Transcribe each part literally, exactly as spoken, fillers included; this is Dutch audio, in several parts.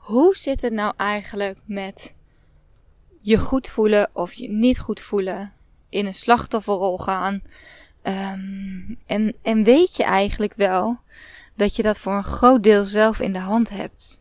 hoe zit het nou eigenlijk met je goed voelen of je niet goed voelen? In een slachtofferrol gaan. Um, en, en weet je eigenlijk wel dat je dat voor een groot deel zelf in de hand hebt?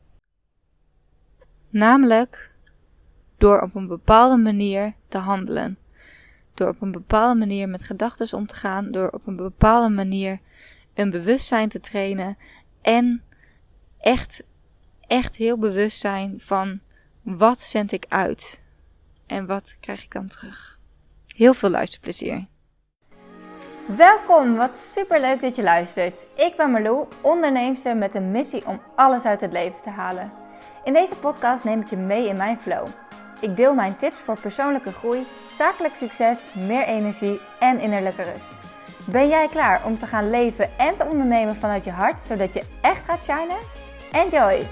Namelijk door op een bepaalde manier te handelen. Door op een bepaalde manier met gedachten om te gaan. Door op een bepaalde manier een bewustzijn te trainen. En echt, echt heel bewust zijn van wat zend ik uit. En wat krijg ik dan terug. Heel veel luisterplezier. Welkom, wat superleuk dat je luistert. Ik ben Marlou, onderneemster met een missie om alles uit het leven te halen. In deze podcast neem ik je mee in mijn flow. Ik deel mijn tips voor persoonlijke groei, zakelijk succes, meer energie en innerlijke rust. Ben jij klaar om te gaan leven en te ondernemen vanuit je hart, zodat je echt gaat shinen? Enjoy!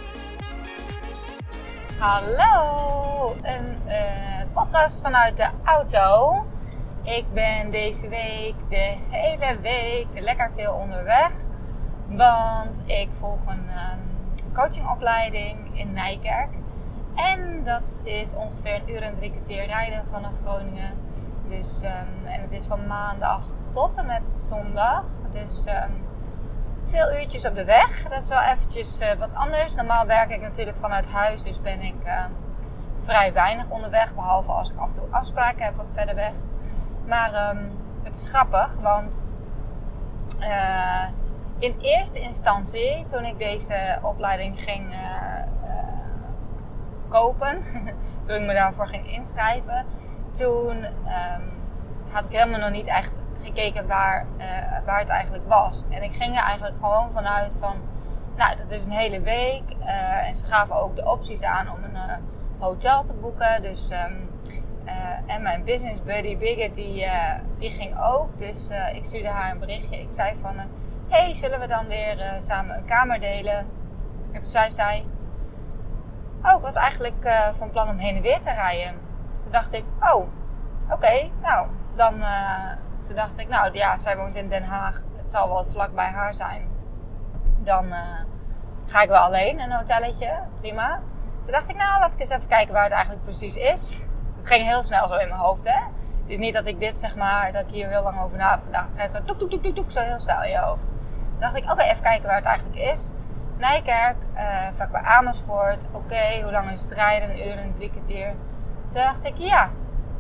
Hallo, een uh, podcast vanuit de auto. Ik ben deze week de hele week lekker veel onderweg. Want ik volg een um, coachingopleiding in Nijkerk. En dat is ongeveer een uur en drie kwartier rijden vanaf Groningen. Dus, um, en het is van maandag tot en met zondag. Dus um, veel uurtjes op de weg. Dat is wel eventjes uh, wat anders. Normaal werk ik natuurlijk vanuit huis. Dus ben ik uh, vrij weinig onderweg. Behalve als ik af en toe afspraken heb wat verder weg. Maar um, het is grappig, want uh, in eerste instantie, toen ik deze opleiding ging uh, uh, kopen, toen ik me daarvoor ging inschrijven, toen um, had ik helemaal nog niet echt gekeken waar, uh, waar het eigenlijk was. En ik ging er eigenlijk gewoon vanuit van, nou, dat is een hele week. Uh, en ze gaven ook de opties aan om een uh, hotel te boeken, dus... Um, Uh, en mijn business buddy Bigget, die, uh, die ging ook. Dus uh, ik stuurde haar een berichtje. Ik zei van, uh, hey, zullen we dan weer uh, samen een kamer delen? En toen zei zij, oh, ik was eigenlijk uh, van plan om heen en weer te rijden. Toen dacht ik, oh, oké, okay, nou, dan... Uh, toen dacht ik, nou ja, zij woont in Den Haag. Het zal wel vlak bij haar zijn. Dan uh, ga ik wel alleen, een hotelletje, prima. Toen dacht ik, nou, laat ik eens even kijken waar het eigenlijk precies is. Het ging heel snel zo in mijn hoofd, hè. Het is niet dat ik dit, zeg maar, dat ik hier heel lang over na heb gedacht. Het gaat zo toek, toek, toek, toek, toek, zo heel snel in je hoofd. Toen dacht ik, oké, okay, even kijken waar het eigenlijk is. Nijkerk, uh, vlakbij Amersfoort. Oké, okay, hoe lang is het rijden? Een uur en drie kwartier. Toen dacht ik, ja.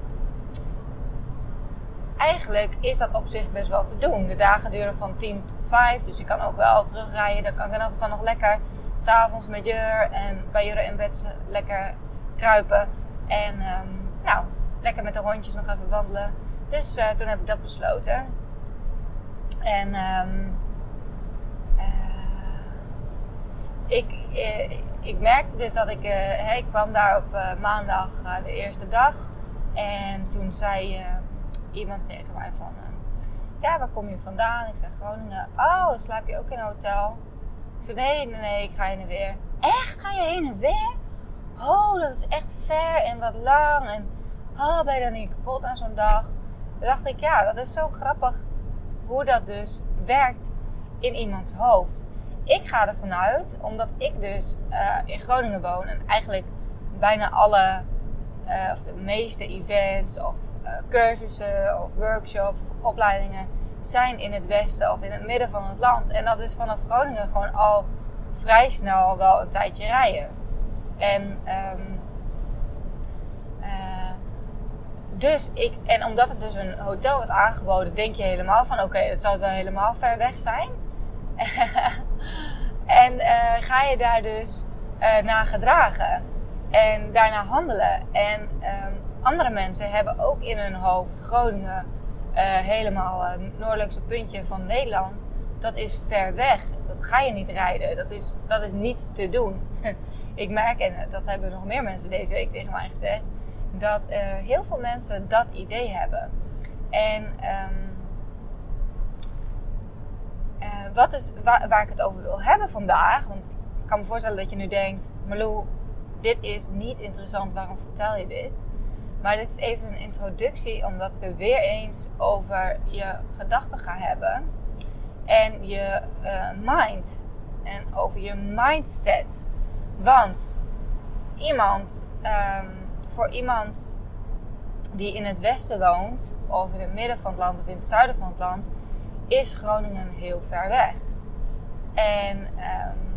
Eigenlijk is dat op zich best wel te doen. De dagen duren van tien tot vijf, dus ik kan ook wel terugrijden. Dan kan ik in ieder geval nog lekker 's avonds met Jur en bij Jur in bed lekker kruipen. En um, nou, lekker met de hondjes nog even wandelen. Dus uh, toen heb ik dat besloten. En um, uh, ik, uh, ik merkte dus dat ik... Uh, hey, ik kwam daar op uh, maandag uh, de eerste dag. En toen zei uh, iemand tegen mij van... Uh, ja, waar kom je vandaan? Ik zei Groningen. Oh, slaap je ook in een hotel? Ik zei nee, nee, nee, ik ga heen en weer. Echt? Ga je heen en weer? Oh, dat is echt ver en wat lang. En oh, ben je dan niet kapot aan zo'n dag? Toen dacht ik, ja, dat is zo grappig hoe dat dus werkt in iemands hoofd. Ik ga ervan uit, omdat ik dus uh, in Groningen woon en eigenlijk bijna alle, uh, of de meeste events of uh, cursussen of workshops of opleidingen zijn in het westen of in het midden van het land. En dat is vanaf Groningen gewoon al vrij snel wel een tijdje rijden. En, um, uh, dus ik, en omdat het dus een hotel wordt aangeboden, denk je helemaal van, oké, okay, dat zal wel helemaal ver weg zijn. en uh, ga je daar dus uh, naar gedragen en daarna handelen. En um, andere mensen hebben ook in hun hoofd Groningen, uh, helemaal het uh, noordelijkste puntje van Nederland. Dat is ver weg. Dat ga je niet rijden. Dat is, dat is niet te doen. Ik merk, en dat hebben nog meer mensen deze week tegen mij gezegd, dat uh, heel veel mensen dat idee hebben. En um, uh, wat is, waar, waar ik het over wil hebben vandaag, want ik kan me voorstellen dat je nu denkt, Marlou, dit is niet interessant, waarom vertel je dit? Maar dit is even een introductie, omdat ik het weer eens over je gedachten ga hebben. En je uh, mind. En over je mindset. Want iemand, um, voor iemand die in het westen woont, of in het midden van het land of in het zuiden van het land, is Groningen heel ver weg. En um,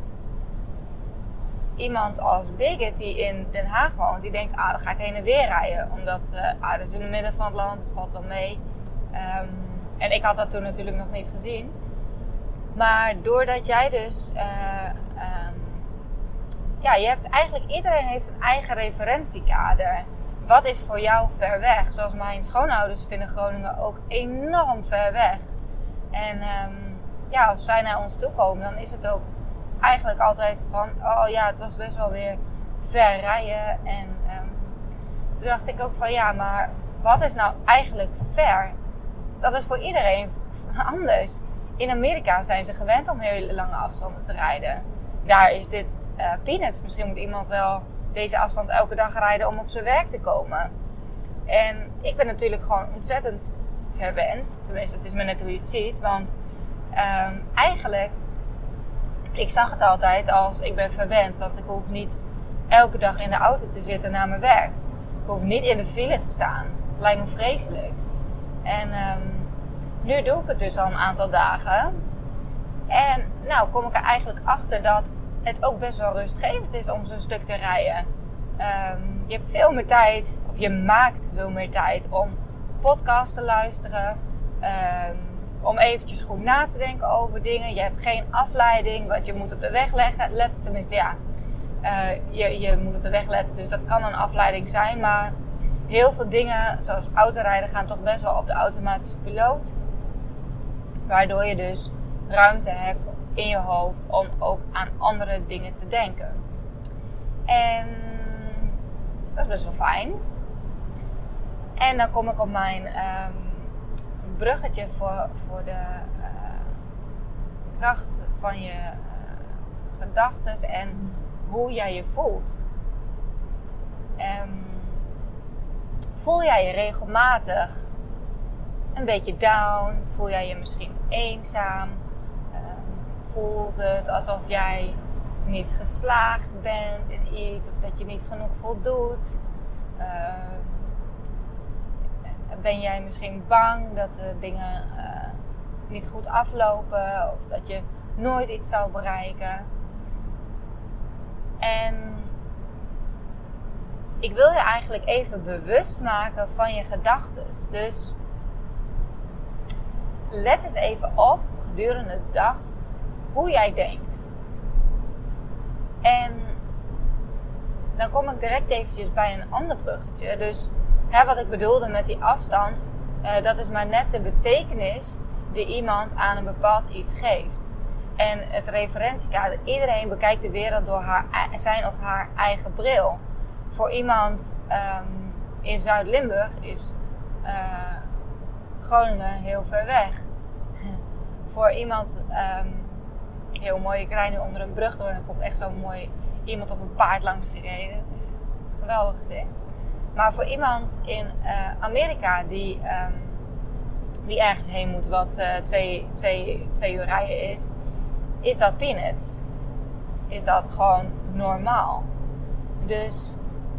iemand als Birgit die in Den Haag woont, die denkt, ah, dan ga ik heen en weer rijden. Omdat, uh, ah, dat is in het midden van het land, dus het valt wel mee. Um, en ik had dat toen natuurlijk nog niet gezien. Maar doordat jij dus, uh, um, ja, je hebt eigenlijk, iedereen heeft een eigen referentiekader. Wat is voor jou ver weg? Zoals mijn schoonouders vinden Groningen ook enorm ver weg. En um, ja, als zij naar ons toe komen, dan is het ook eigenlijk altijd van, oh ja, het was best wel weer ver rijden. En um, toen dacht ik ook van, ja, maar wat is nou eigenlijk ver? Dat is voor iedereen anders. In Amerika zijn ze gewend om hele lange afstanden te rijden. Daar is dit uh, peanuts. Misschien moet iemand wel deze afstand elke dag rijden om op zijn werk te komen. En ik ben natuurlijk gewoon ontzettend verwend. Tenminste, het is maar net hoe je het ziet. Want um, eigenlijk, ik zag het altijd als ik ben verwend. Want ik hoef niet elke dag in de auto te zitten naar mijn werk. Ik hoef niet in de file te staan. Dat lijkt me vreselijk. En um, nu doe ik het dus al een aantal dagen. En nou kom ik er eigenlijk achter dat het ook best wel rustgevend is om zo'n stuk te rijden. Um, je hebt veel meer tijd, of je maakt veel meer tijd om podcasts te luisteren. Um, om eventjes goed na te denken over dingen. Je hebt geen afleiding, want je moet op de weg leggen, letten. Tenminste, ja, uh, je, je moet op de weg letten, dus dat kan een afleiding zijn. Maar heel veel dingen, zoals autorijden, gaan toch best wel op de automatische piloot. Waardoor je dus ruimte hebt in je hoofd om ook aan andere dingen te denken. En dat is best wel fijn. En dan kom ik op mijn um, bruggetje voor, voor de uh, kracht van je uh, gedachten en hoe jij je voelt. Um, voel jij je regelmatig een beetje down? Voel jij je misschien eenzaam? Voelt het alsof jij niet geslaagd bent in iets of dat je niet genoeg voldoet? Uh, ben jij misschien bang dat de dingen uh, niet goed aflopen of dat je nooit iets zou bereiken? En ik wil je eigenlijk even bewust maken van je gedachten. Dus let eens even op gedurende de dag hoe jij denkt. En dan kom ik direct eventjes bij een ander bruggetje. Dus hè, wat ik bedoelde met die afstand, uh, dat is maar net de betekenis die iemand aan een bepaald iets geeft. En het referentiekader, iedereen bekijkt de wereld door haar, zijn of haar eigen bril. Voor iemand um, in Zuid-Limburg is uh, Groningen heel ver weg. Voor iemand, um, heel mooi, ik rijd nu onder een brug door en er komt echt zo'n mooi iemand op een paard langs gereden. Geweldig gezicht. Maar voor iemand in uh, Amerika die, um, die ergens heen moet wat uh, twee, twee, twee uur rijden is, is dat peanuts. Is dat gewoon normaal. Dus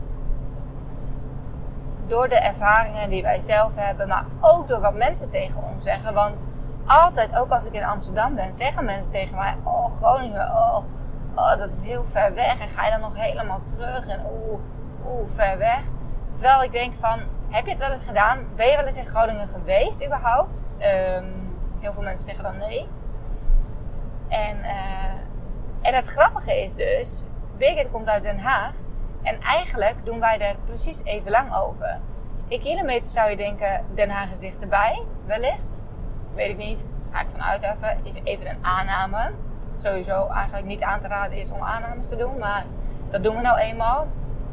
door de ervaringen die wij zelf hebben, maar ook door wat mensen tegen ons zeggen. Want altijd, ook als ik in Amsterdam ben, zeggen mensen tegen mij, oh Groningen, oh, oh dat is heel ver weg. En ga je dan nog helemaal terug en oeh, oeh, ver weg. Terwijl ik denk van, heb je het wel eens gedaan? Ben je wel eens in Groningen geweest überhaupt? Um, heel veel mensen zeggen dan nee. En, uh, en het grappige is dus, Birgit komt uit Den Haag. En eigenlijk doen wij er precies even lang over. In kilometer zou je denken, Den Haag is dichterbij, wellicht. Weet ik niet, ga ik vanuit even. Even een aanname. Sowieso eigenlijk niet aan te raden is om aannames te doen, maar dat doen we nou eenmaal.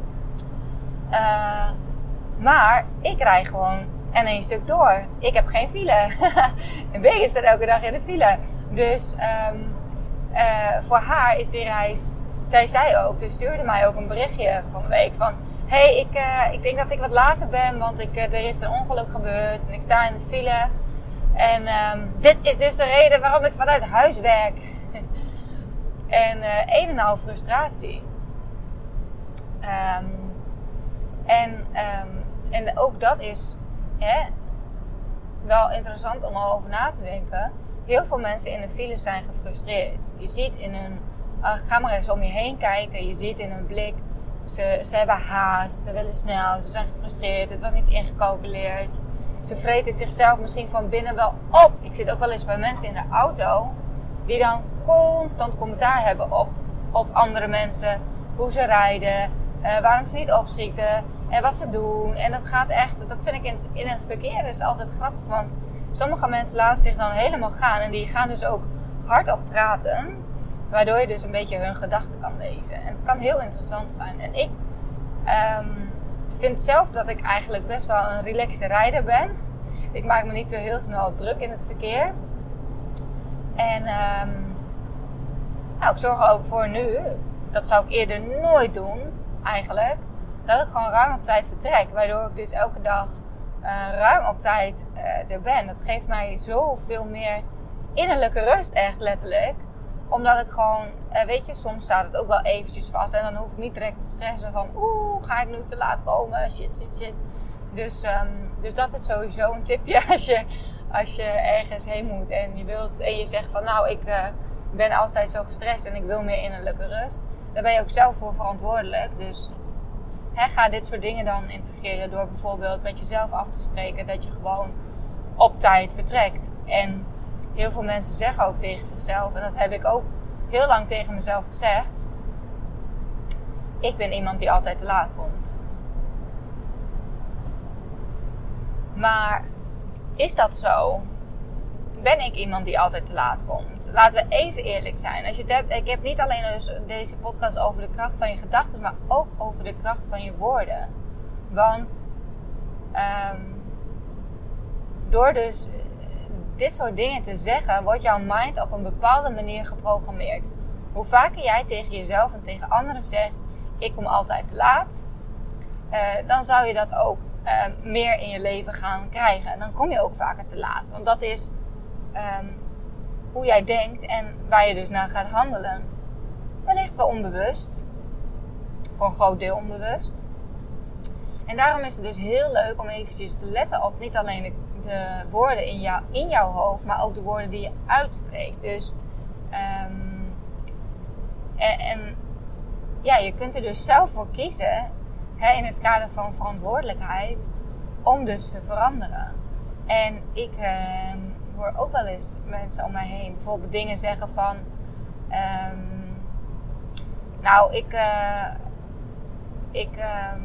Uh, maar ik rij gewoon en één stuk door. Ik heb geen file. En Birgit staat elke dag in de file. Dus um, uh, voor haar is die reis... Zij zei ook, dus stuurde mij ook een berichtje van de week van... Hé, hey, ik, uh, ik denk dat ik wat later ben, want ik, uh, er is een ongeluk gebeurd en ik sta in de file. En um, dit is dus de reden waarom ik vanuit huis werk. En uh, een en al frustratie. Um, en, um, en ook dat is hè, wel interessant om al over na te denken. Heel veel mensen in de files zijn gefrustreerd. Je ziet in hun... Uh, ga maar eens om je heen kijken. Je ziet in hun blik... Ze, ze hebben haast. Ze willen snel. Ze zijn gefrustreerd. Het was niet ingecalculeerd. Ze vreten zichzelf misschien van binnen wel op. Ik zit ook wel eens bij mensen in de auto... die dan constant commentaar hebben op, op andere mensen. Hoe ze rijden. Uh, waarom ze niet opschieten. En wat ze doen. En dat gaat echt... Dat vind ik in, in het verkeer is altijd grappig. Want sommige mensen laten zich dan helemaal gaan. En die gaan dus ook hardop praten. Waardoor je dus een beetje hun gedachten kan lezen. En het kan heel interessant zijn. En ik um, vind zelf dat ik eigenlijk best wel een relaxte rijder ben. Ik maak me niet zo heel snel druk in het verkeer. En um, nou, ik zorg er ook voor nu, dat zou ik eerder nooit doen eigenlijk, dat ik gewoon ruim op tijd vertrek. Waardoor ik dus elke dag uh, ruim op tijd uh, er ben. Dat geeft mij zoveel meer innerlijke rust, echt letterlijk. Omdat ik gewoon, uh, weet je, soms staat het ook wel eventjes vast. En dan hoef ik niet direct te stressen van, oeh, ga ik nu te laat komen? Shit, shit, shit. Dus, um, dus dat is sowieso een tipje als je, als je ergens heen moet. En je wilt, en je zegt van, nou, ik uh, ben altijd zo gestrest en ik wil meer innerlijke rust. Daar ben je ook zelf voor verantwoordelijk. Dus hè, ga dit soort dingen dan integreren door bijvoorbeeld met jezelf af te spreken dat je gewoon op tijd vertrekt. En heel veel mensen zeggen ook tegen zichzelf, en dat heb ik ook heel lang tegen mezelf gezegd, ik ben iemand die altijd te laat komt. Maar is dat zo? Ben ik iemand die altijd te laat komt? Laten we even eerlijk zijn. Als je het hebt, ik heb niet alleen dus deze podcast over de kracht van je gedachten, maar ook over de kracht van je woorden. Want um, door dus dit soort dingen te zeggen, wordt jouw mind op een bepaalde manier geprogrammeerd. Hoe vaker jij tegen jezelf en tegen anderen zegt, ik kom altijd te laat, uh, dan zou je dat ook uh, meer in je leven gaan krijgen. En dan kom je ook vaker te laat. Want dat is um, hoe jij denkt en waar je dus naar gaat handelen. Wellicht wel onbewust. Voor een groot deel onbewust. En daarom is het dus heel leuk om eventjes te letten op niet alleen de, de woorden in, jou, in jouw hoofd, maar ook de woorden die je uitspreekt. Dus um, en, en ja, je kunt er dus zelf voor kiezen, hè, in het kader van verantwoordelijkheid, om dus te veranderen. En ik um, hoor ook wel eens mensen om mij heen bijvoorbeeld dingen zeggen van, um, nou, ik, uh, ik, um,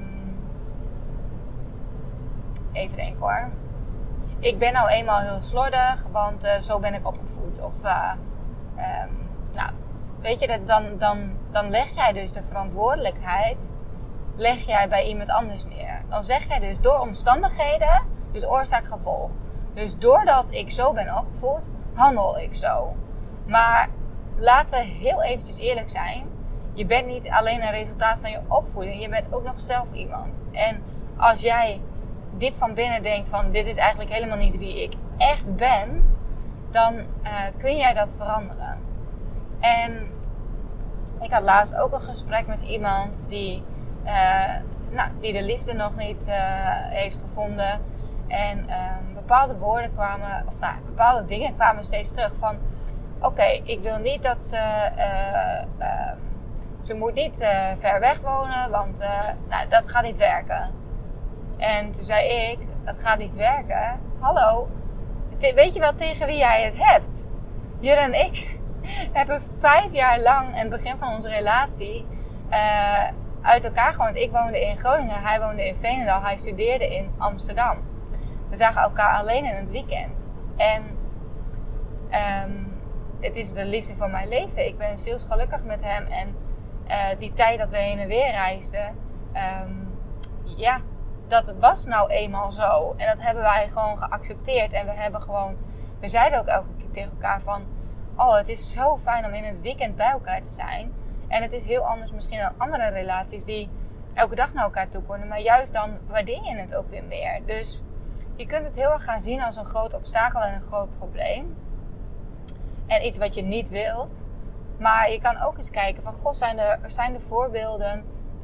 even denken hoor. Ik ben nou eenmaal heel slordig, want uh, zo ben ik opgevoed. Of, uh, um, nou, weet je, dat, dan, dan, dan leg jij dus de verantwoordelijkheid, leg jij bij iemand anders neer. Dan zeg jij dus door omstandigheden, dus oorzaak-gevolg. Dus doordat ik zo ben opgevoed, handel ik zo. Maar laten we heel eventjes eerlijk zijn. Je bent niet alleen een resultaat van je opvoeding, je bent ook nog zelf iemand. En als jij diep van binnen denkt van, dit is eigenlijk helemaal niet wie ik echt ben, dan uh, kun jij dat veranderen. En ik had laatst ook een gesprek met iemand die, uh, nou, die de liefde nog niet uh, heeft gevonden. En uh, bepaalde woorden kwamen, of nou, bepaalde dingen kwamen steeds terug van, oké, okay, ik wil niet dat ze, uh, uh, ze moet niet uh, ver weg wonen, want uh, nou, dat gaat niet werken. En toen zei ik, dat gaat niet werken. Hallo, te, weet je wel tegen wie jij het hebt? Jur en ik hebben vijf jaar lang, in het begin van onze relatie, uh, uit elkaar gewoond. Ik woonde in Groningen, hij woonde in Veenendaal, hij studeerde in Amsterdam. We zagen elkaar alleen in het weekend. En um, het is de liefde van mijn leven. Ik ben zielsgelukkig met hem. En uh, die tijd dat we heen en weer reisden, um, ja, dat was nou eenmaal zo. En dat hebben wij gewoon geaccepteerd. En we hebben gewoon, we zeiden ook elke keer tegen elkaar van, oh, het is zo fijn om in het weekend bij elkaar te zijn. En het is heel anders misschien dan andere relaties die elke dag naar elkaar toe komen. Maar juist dan waardeer je het ook weer meer. Dus je kunt het heel erg gaan zien als een groot obstakel en een groot probleem. En iets wat je niet wilt. Maar je kan ook eens kijken van, goh, zijn er, zijn er voorbeelden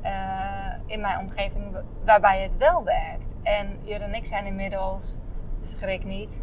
uh, in mijn omgeving waarbij het wel werkt. En Jur en ik zijn inmiddels, schrik niet,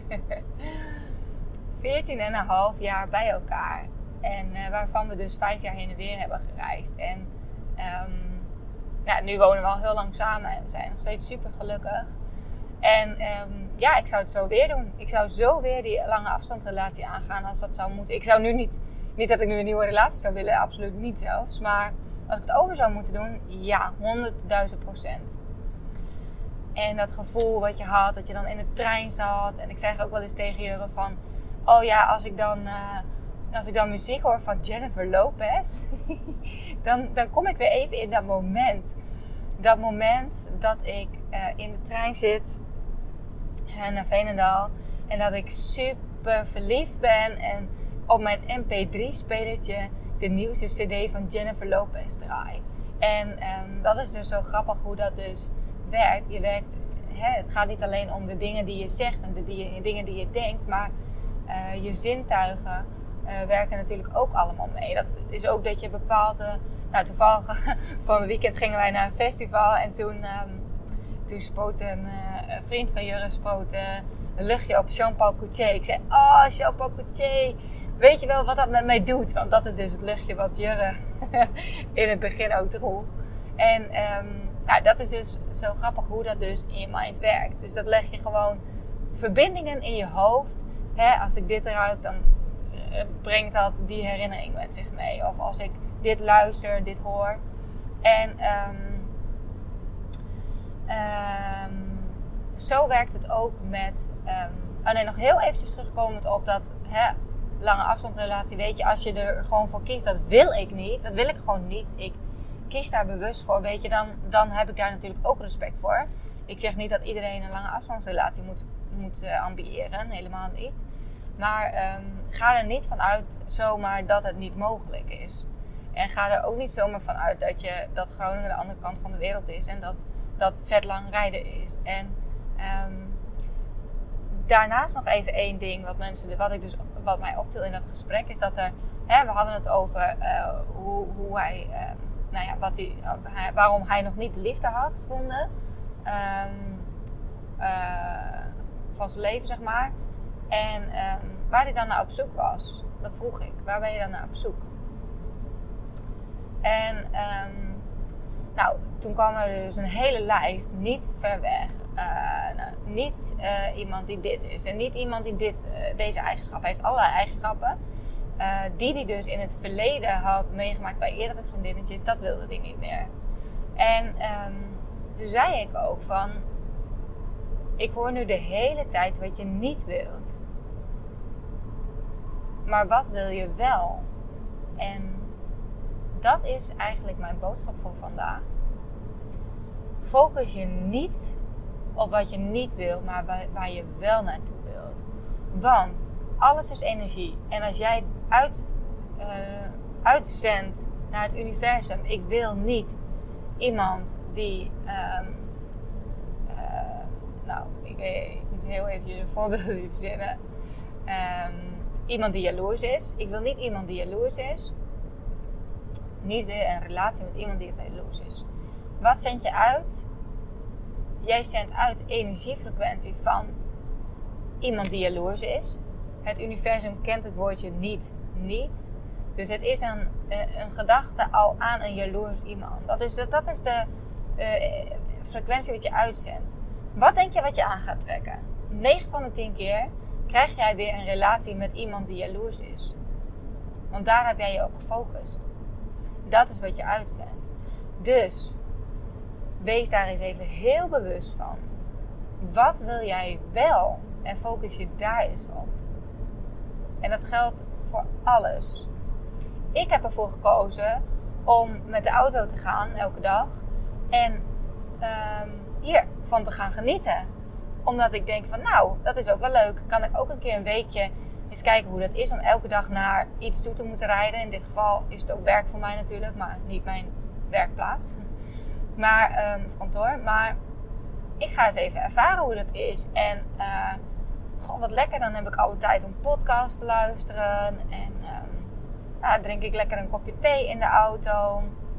veertien en een half jaar bij elkaar. En uh, waarvan we dus vijf jaar heen en weer hebben gereisd. En um, ja, nu wonen we al heel lang samen en we zijn nog steeds super gelukkig. En um, ja, ik zou het zo weer doen. Ik zou zo weer die lange afstandsrelatie aangaan als dat zou moeten. Ik zou nu niet, niet dat ik nu een nieuwe relatie zou willen, absoluut niet zelfs. Maar als ik het over zou moeten doen, ja, honderdduizend procent. En dat gevoel wat je had, dat je dan in de trein zat. En ik zeg ook wel eens tegen Jurre van, oh ja, als ik dan... Uh, Als ik dan muziek hoor van Jennifer Lopez, dan, dan kom ik weer even in dat moment. Dat moment dat ik uh, in de trein zit uh, naar Veenendaal. En dat ik super verliefd ben en op mijn M P drie spelertje de nieuwste cd van Jennifer Lopez draai. En um, dat is dus zo grappig hoe dat dus werkt. Je werkt, hè, het gaat niet alleen om de dingen die je zegt en de die, dingen die je denkt, maar uh, je zintuigen Uh, werken natuurlijk ook allemaal mee. Dat is ook dat je bepaalde... Nou, toevallig van een weekend gingen wij naar een festival. En toen, um, toen spoot een, uh, een vriend van Jurre spoot, uh, een luchtje op Jean-Paul Gaultier. Ik zei, oh, Jean-Paul Gaultier. Weet je wel wat dat met mij doet? Want dat is dus het luchtje wat Jurre in het begin ook droeg. En um, nou, dat is dus zo grappig hoe dat dus in je mind werkt. Dus dat leg je gewoon verbindingen in je hoofd. Hè, als ik dit eruit, dan... brengt dat die herinnering met zich mee. Of als ik dit luister, dit hoor. En um, um, zo werkt het ook met... Um, oh nee, nog heel eventjes terugkomend op dat hè, lange afstandsrelatie. Weet je, als je er gewoon voor kiest, dat wil ik niet. Dat wil ik gewoon niet. Ik kies daar bewust voor. Weet je, dan, dan heb ik daar natuurlijk ook respect voor. Ik zeg niet dat iedereen een lange afstandsrelatie moet, moet uh, ambiëren. Helemaal niet. Maar um, ga er niet van uit zomaar dat het niet mogelijk is. En ga er ook niet zomaar van uit dat, je, dat Groningen de andere kant van de wereld is. En dat dat vet lang rijden is. En um, daarnaast nog even één ding wat, mensen, wat, ik dus, wat mij opviel in dat gesprek. Is dat er, hè, we hadden het over uh, hoe, hoe hij, uh, nou ja, wat hij, hij, waarom hij nog niet de liefde had gevonden. Um, uh, van zijn leven, zeg maar. En um, waar hij dan naar op zoek was. Dat vroeg ik. Waar ben je dan naar op zoek? En um, nou, toen kwam er dus een hele lijst. Niet ver weg. Uh, nou, niet uh, iemand die dit is. En niet iemand die dit, uh, deze eigenschap heeft. Allerlei eigenschappen. Uh, die hij dus in het verleden had meegemaakt bij eerdere vriendinnetjes. Dat wilde hij niet meer. En um, toen zei ik ook van... Ik hoor nu de hele tijd wat je niet wilt. Maar wat wil je wel? En dat is eigenlijk mijn boodschap voor vandaag. Focus je niet op wat je niet wil, maar waar, waar je wel naartoe wilt. Want alles is energie. En als jij uit, uh, uitzendt naar het universum. Ik wil niet iemand die... Um, uh, nou, ik, ik moet heel even een voorbeeld verzinnen. Um, Iemand die jaloers is. Ik wil niet iemand die jaloers is. Niet weer een relatie met iemand die jaloers is. Wat zend je uit? Jij zendt uit energiefrequentie van iemand die jaloers is. Het universum kent het woordje niet, niet. Dus het is een, een, een gedachte al aan een jaloers iemand. Dat is de, dat is de uh, frequentie wat je uitzendt. Wat denk je wat je aan gaat trekken? negen van de tien keer krijg jij weer een relatie met iemand die jaloers is. Want daar heb jij je op gefocust. Dat is wat je uitzendt. Dus, wees daar eens even heel bewust van. Wat wil jij wel? En focus je daar eens op. En dat geldt voor alles. Ik heb ervoor gekozen om met de auto te gaan elke dag. En um, hiervan te gaan genieten. Omdat ik denk van nou, dat is ook wel leuk. Kan ik ook een keer een weekje eens kijken hoe dat is om elke dag naar iets toe te moeten rijden. In dit geval is het ook werk voor mij natuurlijk, maar niet mijn werkplaats. Maar, um, of kantoor. Maar ik ga eens even ervaren hoe dat is. En uh, goh, wat lekker. Dan heb ik alle tijd om podcasts te luisteren. En um, nou, drink ik lekker een kopje thee in de auto.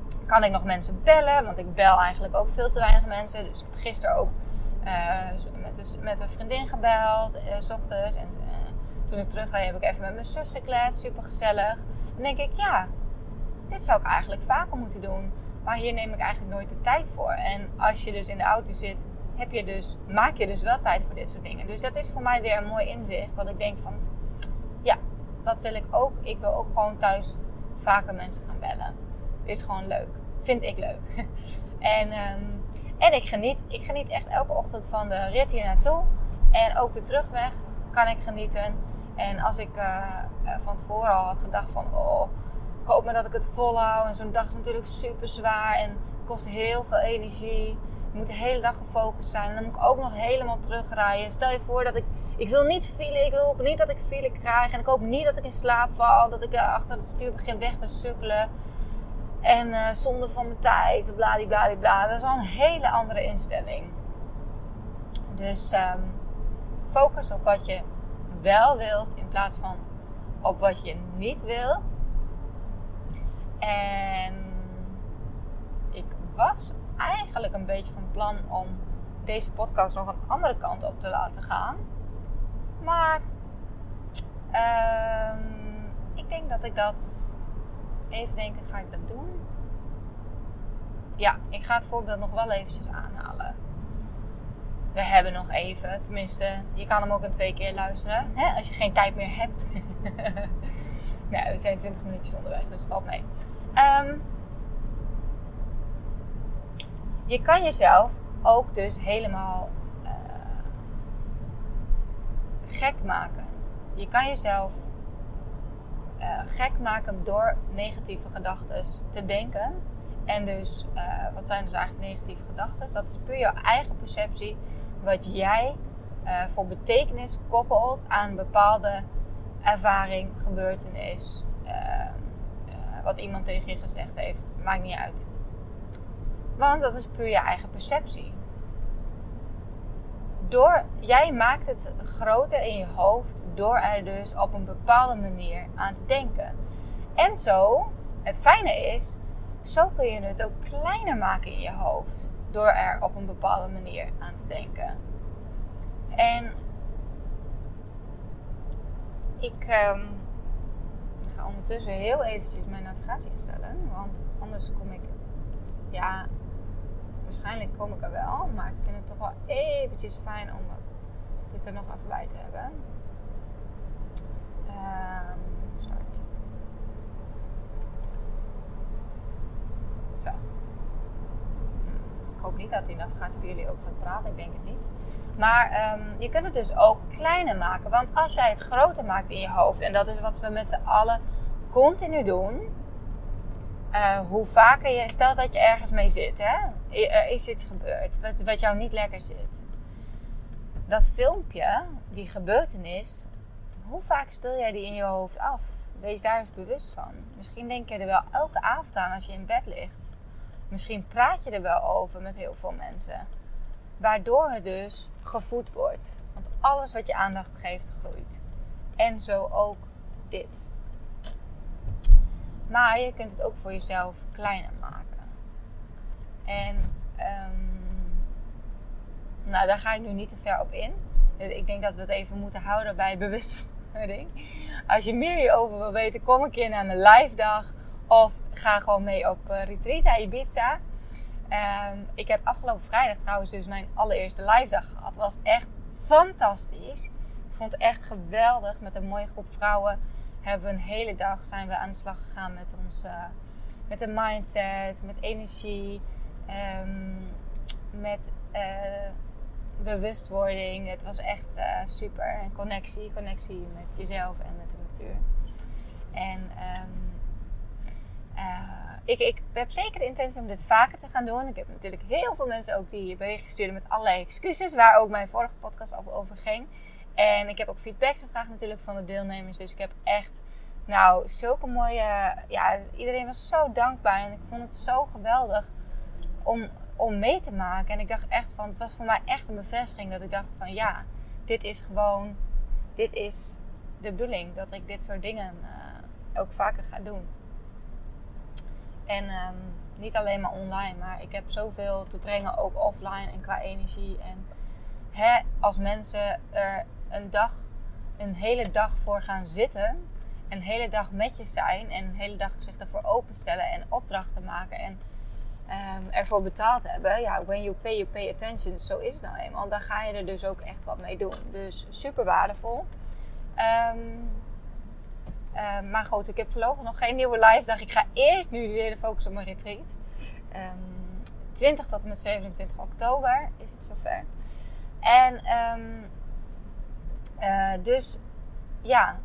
kan ik nog mensen bellen? Want ik bel eigenlijk ook veel te weinig mensen. Dus ik heb gisteren ook uh, met, met een vriendin gebeld, uh, 's ochtends. En uh, toen ik terugreed heb ik even met mijn zus gekletst, super gezellig. Dan denk ik, ja, dit zou ik eigenlijk vaker moeten doen. Maar hier neem ik eigenlijk nooit de tijd voor. En als je dus in de auto zit, heb je dus, maak je dus wel tijd voor dit soort dingen. Dus dat is voor mij weer een mooi inzicht. Dat ik denk van, ja, dat wil ik ook. Ik wil ook gewoon thuis vaker mensen gaan bellen. Is gewoon leuk. Vind ik leuk. en, um, en ik geniet. Ik geniet echt elke ochtend van de rit hier naartoe. En ook de terugweg kan ik genieten. En als ik uh, van tevoren al had gedacht van, oh, ik hoop maar dat ik het volhoud. En zo'n dag is natuurlijk super zwaar en kost heel veel energie. Je moet de hele dag gefocust zijn. En dan moet ik ook nog helemaal terugrijden. Stel je voor dat ik, ik wil niet file. Ik wil ook niet dat ik file krijg. En ik hoop niet dat ik in slaap val. Dat ik uh, achter het stuur begin weg te sukkelen. En uh, zonde van mijn tijd. Bladibladibla. Dat is al een hele andere instelling. Dus um, focus op wat je wel wilt. In plaats van op wat je niet wilt. En ik was eigenlijk een beetje van plan om deze podcast nog een andere kant op te laten gaan. Maar um, ik denk dat ik dat... Even denken, ga ik dat doen? Ja, ik ga het voorbeeld nog wel eventjes aanhalen. We hebben nog even, tenminste, je kan hem ook in twee keer luisteren. Hè? Als je geen tijd meer hebt. Ja, we zijn twintig minuutjes onderweg, dus het valt mee. Um, je kan jezelf ook dus helemaal uh, gek maken. Je kan jezelf uh, gek maken door negatieve gedachten te denken. En dus, uh, wat zijn dus eigenlijk negatieve gedachten? Dat is puur jouw eigen perceptie. Wat jij uh, voor betekenis koppelt aan een bepaalde ervaring, gebeurtenis. Uh, uh, wat iemand tegen je gezegd heeft. Maakt niet uit. Want dat is puur je eigen perceptie. Door, jij maakt het groter in je hoofd door er dus op een bepaalde manier aan te denken. En zo, het fijne is, zo kun je het ook kleiner maken in je hoofd. Door er op een bepaalde manier aan te denken. En ik um, ga ondertussen heel eventjes mijn navigatie instellen. Want anders kom ik... Ja, waarschijnlijk kom ik er wel. Maar ik vind het toch wel eventjes fijn om dit er nog even bij te hebben. Um, start. Zo. Ik hoop niet dat die navigatie bij jullie ook gaat praten. Ik denk het niet. Maar um, je kunt het dus ook kleiner maken. Want als jij het groter maakt in je hoofd. En dat is wat we met z'n allen continu doen. Uh, hoe vaker je... Stel dat je ergens mee zit. Hè? Er is iets gebeurd. Wat, wat jou niet lekker zit. Dat filmpje. Die gebeurtenis. Hoe vaak speel jij die in je hoofd af? Wees daar eens bewust van. Misschien denk je er wel elke avond aan als je in bed ligt. Misschien praat je er wel over met heel veel mensen. Waardoor het dus gevoed wordt. Want alles wat je aandacht geeft, groeit. En zo ook dit. Maar je kunt het ook voor jezelf kleiner maken. En um, nou, daar ga ik nu niet te ver op in. Ik denk dat we het even moeten houden bij bewustwording. Als je meer hierover wil weten, kom een keer naar mijn live dag. Of ga gewoon mee op uh, retreat naar Ibiza. Um, ik heb afgelopen vrijdag trouwens dus mijn allereerste live dag gehad. Het was echt fantastisch. Ik vond het echt geweldig. Met een mooie groep vrouwen hebben we een hele dag zijn we aan de slag gegaan met ons, uh, met de mindset, met energie, um, met uh, bewustwording. Het was echt uh, super. En connectie, connectie met jezelf en met de natuur. En um, uh, ik, ik heb zeker de intentie om dit vaker te gaan doen. Ik heb natuurlijk heel veel mensen ook die berichten sturen met allerlei excuses, waar ook mijn vorige podcast over ging. En ik heb ook feedback gevraagd natuurlijk van de deelnemers. Dus ik heb echt, nou, zulke mooie... Ja, iedereen was zo dankbaar. En ik vond het zo geweldig om, om mee te maken. En ik dacht echt van... Het was voor mij echt een bevestiging dat ik dacht van... Ja, dit is gewoon... Dit is de bedoeling. Dat ik dit soort dingen uh, ook vaker ga doen. En um, niet alleen maar online, maar ik heb zoveel te brengen ook offline en qua energie. En hè, als mensen er een dag, een hele dag voor gaan zitten, een hele dag met je zijn en een hele dag zich ervoor openstellen en opdrachten maken en um, ervoor betaald hebben. Ja, when you pay, you pay attention. Zo is het nou eenmaal. Dan ga je er dus ook echt wat mee doen. Dus super waardevol. Um, uh, maar goed, ik heb voorlopig nog geen nieuwe live dag. Ik ga eerst nu weer de focus op mijn retreat. Um, twintig tot en met zevenentwintig oktober is het zover. En um, uh, dus ja,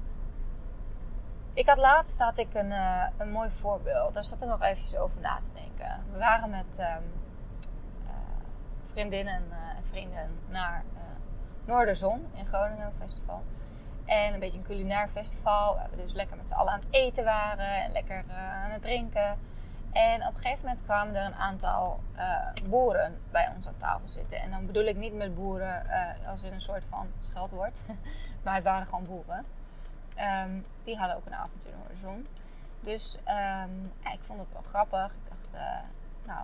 ik had laatst had ik een, uh, een mooi voorbeeld. Daar zat ik nog eventjes over na te denken. We waren met um, uh, vriendinnen en uh, vrienden naar uh, Noorderzon in Groningen, een festival. En een beetje een culinair festival. Waar we dus lekker met z'n allen aan het eten waren en lekker uh, aan het drinken. En op een gegeven moment kwamen er een aantal uh, boeren bij ons aan tafel zitten. En dan bedoel ik niet met boeren uh, als in een soort van scheldwoord. Maar het waren gewoon boeren. Um, die hadden ook een avondje in Noorderzon. Dus um, ja, ik vond het wel grappig. Ik dacht, uh, nou...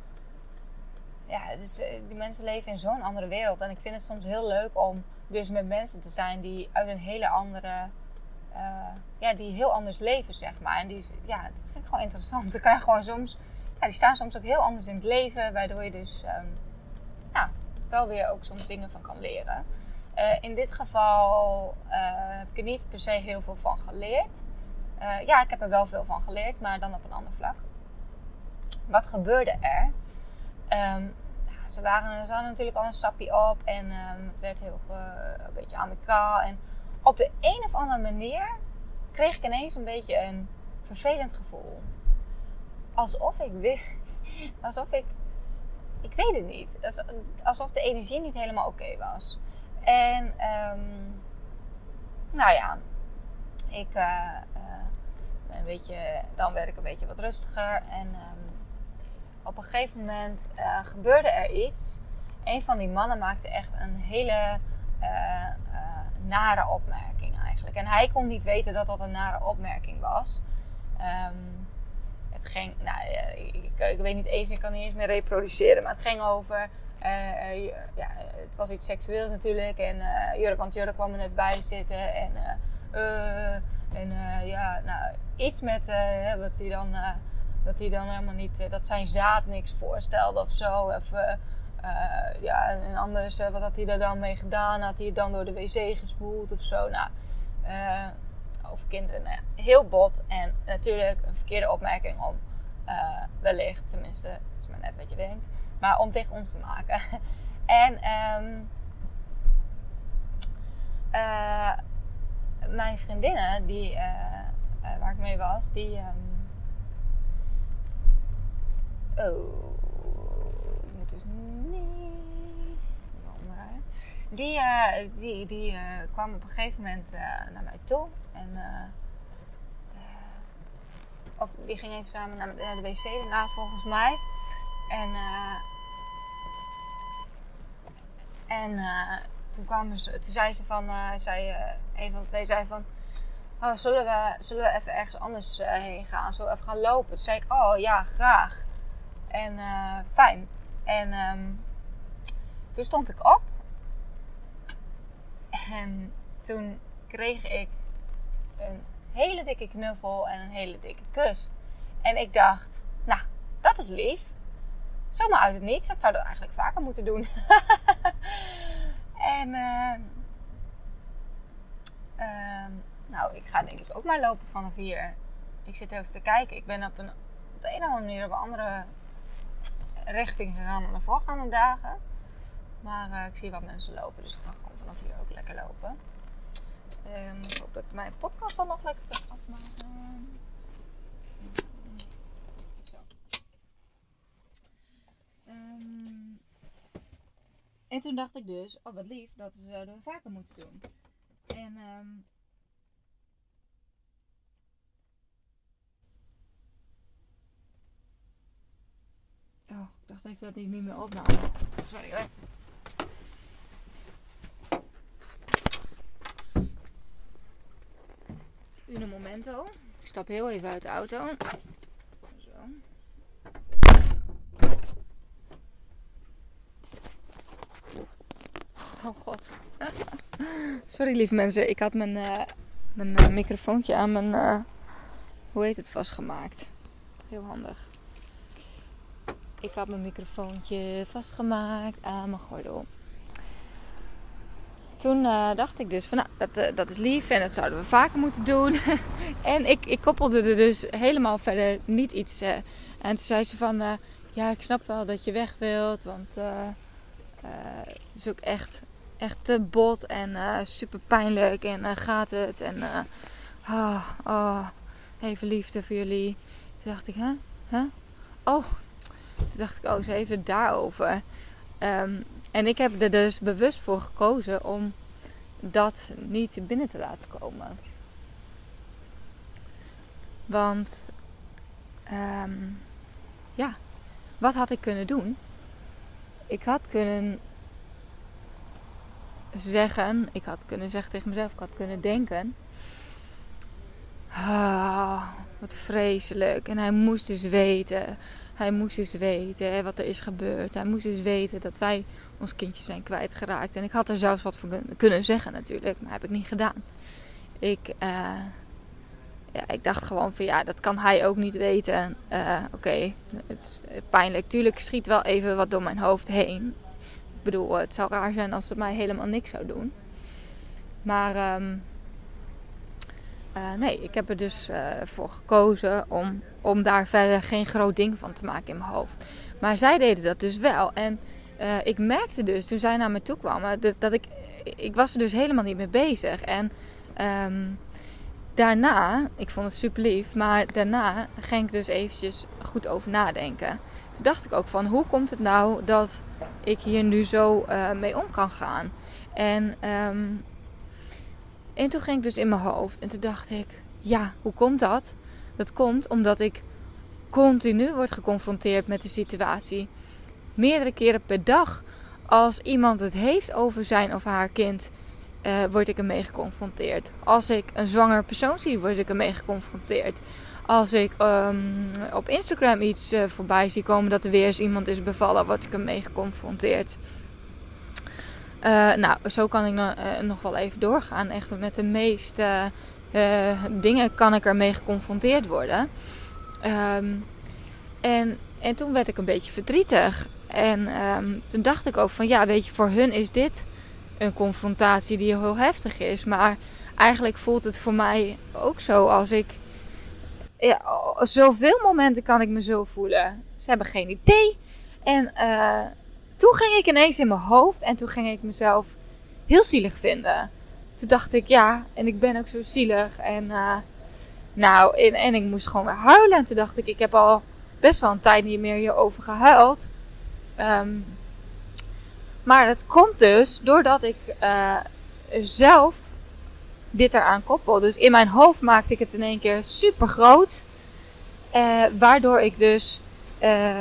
Ja, dus, uh, die mensen leven in zo'n andere wereld. En ik vind het soms heel leuk om dus met mensen te zijn die uit een hele andere... Uh, ja, die heel anders leven, zeg maar. En die, ja, dat vind ik gewoon interessant. Dan kan je gewoon soms... Ja, die staan soms ook heel anders in het leven. Waardoor je dus... Um, ja, wel weer ook soms dingen van kan leren. Uh, in dit geval uh, heb ik er niet per se heel veel van geleerd. Uh, ja, ik heb er wel veel van geleerd, maar dan op een ander vlak. Wat gebeurde er? Um, ja, ze, waren, ze hadden natuurlijk al een sappie op en um, het werd heel uh, een beetje amicaal. En op de een of andere manier kreeg ik ineens een beetje een vervelend gevoel. Alsof ik weer... Alsof ik... Ik weet het niet. Alsof de energie niet helemaal oké okay was. En um, nou ja, ik uh, uh, een beetje, dan werd ik een beetje wat rustiger. En um, op een gegeven moment uh, gebeurde er iets. Een van die mannen maakte echt een hele uh, uh, nare opmerking eigenlijk. En hij kon niet weten dat dat een nare opmerking was. Um, het ging, nou, ik, ik, ik weet niet eens, ik kan niet eens meer reproduceren, maar het ging over... Uh, uh, ja, het was iets seksueels natuurlijk. En uh, Jurk, want Jurk kwam er net bij zitten. En, uh, uh, en uh, ja, nou, iets met uh, dat hij dan, uh, dat hij dan helemaal niet, uh, dat zijn zaad niks voorstelde of zo. Of, uh, uh, ja, en anders, uh, wat had hij er dan mee gedaan? Had hij het dan door de wc gespoeld of zo? Nou, uh, over kinderen, nou ja, heel bot. En natuurlijk een verkeerde opmerking om uh, wellicht, tenminste, dat is maar net wat je denkt. Maar om tegen ons te maken. En um, uh, mijn vriendinnen, die, uh, uh, waar ik mee was, die... Um, oh, ik moet dus niet... Die, uh, die, die uh, kwamen op een gegeven moment uh, naar mij toe. En... Uh, uh, of die gingen even samen naar de, naar de wc daarna volgens mij. En... Uh, En uh, toen, kwamen ze, toen zei ze van, uh, zei, uh, een van de twee zei van, oh, zullen, we, zullen we even ergens anders uh, heen gaan? Zullen we even gaan lopen? Toen zei ik, oh ja, graag. En uh, fijn. En um, toen stond ik op. En toen kreeg ik een hele dikke knuffel en een hele dikke kus. En ik dacht, nou, dat is lief. Zomaar uit het niets. Dat zouden we eigenlijk vaker moeten doen. en uh, uh, nou, ik ga denk ik ook maar lopen vanaf hier. Ik zit even te kijken. Ik ben op, een, op de een of andere manier op een andere richting gegaan dan de voorgaande dagen. Maar uh, ik zie wat mensen lopen. Dus ik ga gewoon vanaf hier ook lekker lopen. Um, ik hoop dat ik mijn podcast dan nog lekker kan afmaken. Um, en toen dacht ik dus, oh wat lief, dat zouden we vaker moeten doen. En um, oh, ik dacht even dat ik niet meer opnam. Sorry hoor. Un momento. Ik stap heel even uit de auto. Zo. Oh god. Sorry lieve mensen, ik had mijn, uh, mijn uh, microfoontje aan mijn, uh, hoe heet het, vastgemaakt. Heel handig. Ik had mijn microfoontje vastgemaakt aan mijn gordel. Toen uh, dacht ik dus van nou, dat, uh, dat is lief en dat zouden we vaker moeten doen. En ik, ik koppelde er dus helemaal verder niet iets. Uh, en toen zei ze van, uh, ja ik snap wel dat je weg wilt, want uh, uh, het is ook echt, echt te bot en uh, super pijnlijk en uh, gaat het. En uh, oh, oh, even liefde voor jullie. Toen dacht ik, hè? Huh? Huh? Oh, toen dacht ik, oh, ze heeft het daarover. Um, En ik heb er dus bewust voor gekozen om dat niet binnen te laten komen. Want, um, ja, wat had ik kunnen doen? Ik had kunnen zeggen, ik had kunnen zeggen tegen mezelf, ik had kunnen denken. Ah, wat vreselijk. En hij moest dus weten... Hij moest dus weten wat er is gebeurd. Hij moest dus weten dat wij ons kindje zijn kwijtgeraakt. En ik had er zelfs wat van kunnen zeggen natuurlijk. Maar heb ik niet gedaan. Ik, uh, ja, ik dacht gewoon van ja, dat kan hij ook niet weten. Uh, Oké, okay, het is pijnlijk. Tuurlijk schiet wel even wat door mijn hoofd heen. Ik bedoel, het zou raar zijn als het mij helemaal niks zou doen. Maar... Um, Uh, nee, ik heb er dus uh, voor gekozen om, om daar verder geen groot ding van te maken in mijn hoofd. Maar zij deden dat dus wel. En uh, ik merkte dus, toen zij naar me toe kwamen, dat, dat ik... Ik was er dus helemaal niet mee bezig. En um, daarna, ik vond het super lief, maar daarna ging ik dus eventjes goed over nadenken. Toen dacht ik ook van, hoe komt het nou dat ik hier nu zo uh, mee om kan gaan? En... Um, En toen ging ik dus in mijn hoofd. En toen dacht ik, ja, hoe komt dat? Dat komt omdat ik continu word geconfronteerd met de situatie. Meerdere keren per dag. Als iemand het heeft over zijn of haar kind, uh, word ik ermee geconfronteerd. Als ik een zwanger persoon zie, word ik ermee geconfronteerd. Als ik um, op Instagram iets uh, voorbij zie komen dat er weer eens iemand is bevallen, word ik ermee geconfronteerd. Uh, nou, zo kan ik no- uh, nog wel even doorgaan. Echt met de meeste uh, dingen kan ik ermee geconfronteerd worden. Um, en, en toen werd ik een beetje verdrietig. En um, toen dacht ik ook van ja, weet je, voor hun is dit een confrontatie die heel heftig is. Maar eigenlijk voelt het voor mij ook zo als ik... Ja, zoveel momenten kan ik me zo voelen. Ze hebben geen idee. En... Uh, Toen ging ik ineens in mijn hoofd en toen ging ik mezelf heel zielig vinden. Toen dacht ik, ja, en ik ben ook zo zielig. En, uh, nou, en, en ik moest gewoon weer huilen. En toen dacht ik, ik heb al best wel een tijd niet meer hierover gehuild. Um, maar dat komt dus doordat ik uh, zelf dit eraan koppel. Dus in mijn hoofd maakte ik het in één keer super groot. Uh, waardoor ik dus... Uh,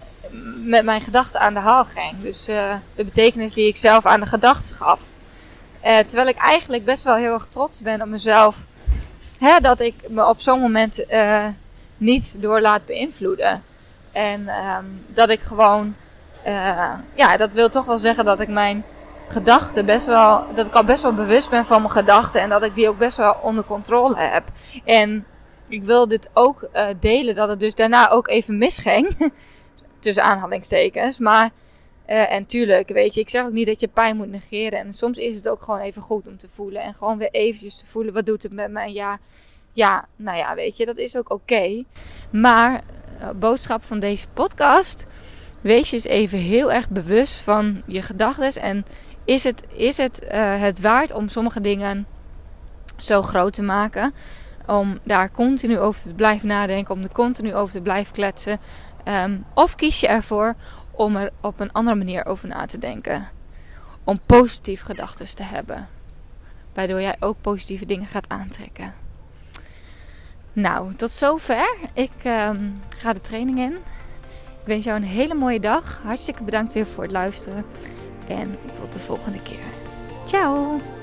met mijn gedachten aan de haal ging. Dus uh, de betekenis die ik zelf aan de gedachten gaf. Uh, terwijl ik eigenlijk best wel heel erg trots ben op mezelf. Hè, dat ik me op zo'n moment uh, niet door laat beïnvloeden. En um, dat ik gewoon... Uh, ja, dat wil toch wel zeggen dat ik mijn gedachten best wel... Dat ik al best wel bewust ben van mijn gedachten. En dat ik die ook best wel onder controle heb. En ik wil dit ook uh, delen. Dat het dus daarna ook even misging. Tussen aanhalingstekens. Maar, uh, en tuurlijk, weet je, ik zeg ook niet dat je pijn moet negeren. En soms is het ook gewoon even goed om te voelen. En gewoon weer eventjes te voelen, wat doet het met me? En ja, ja, nou ja, weet je, dat is ook oké. Okay. Maar, uh, boodschap van deze podcast. Wees je eens even heel erg bewust van je gedachten. En is het, is het uh, het waard om sommige dingen zo groot te maken? Om daar continu over te blijven nadenken. Om er continu over te blijven kletsen. Um, of kies je ervoor om er op een andere manier over na te denken. Om positieve gedachten te hebben. Waardoor jij ook positieve dingen gaat aantrekken. Nou, tot zover. Ik um, ga de training in. Ik wens jou een hele mooie dag. Hartstikke bedankt weer voor het luisteren. En tot de volgende keer. Ciao!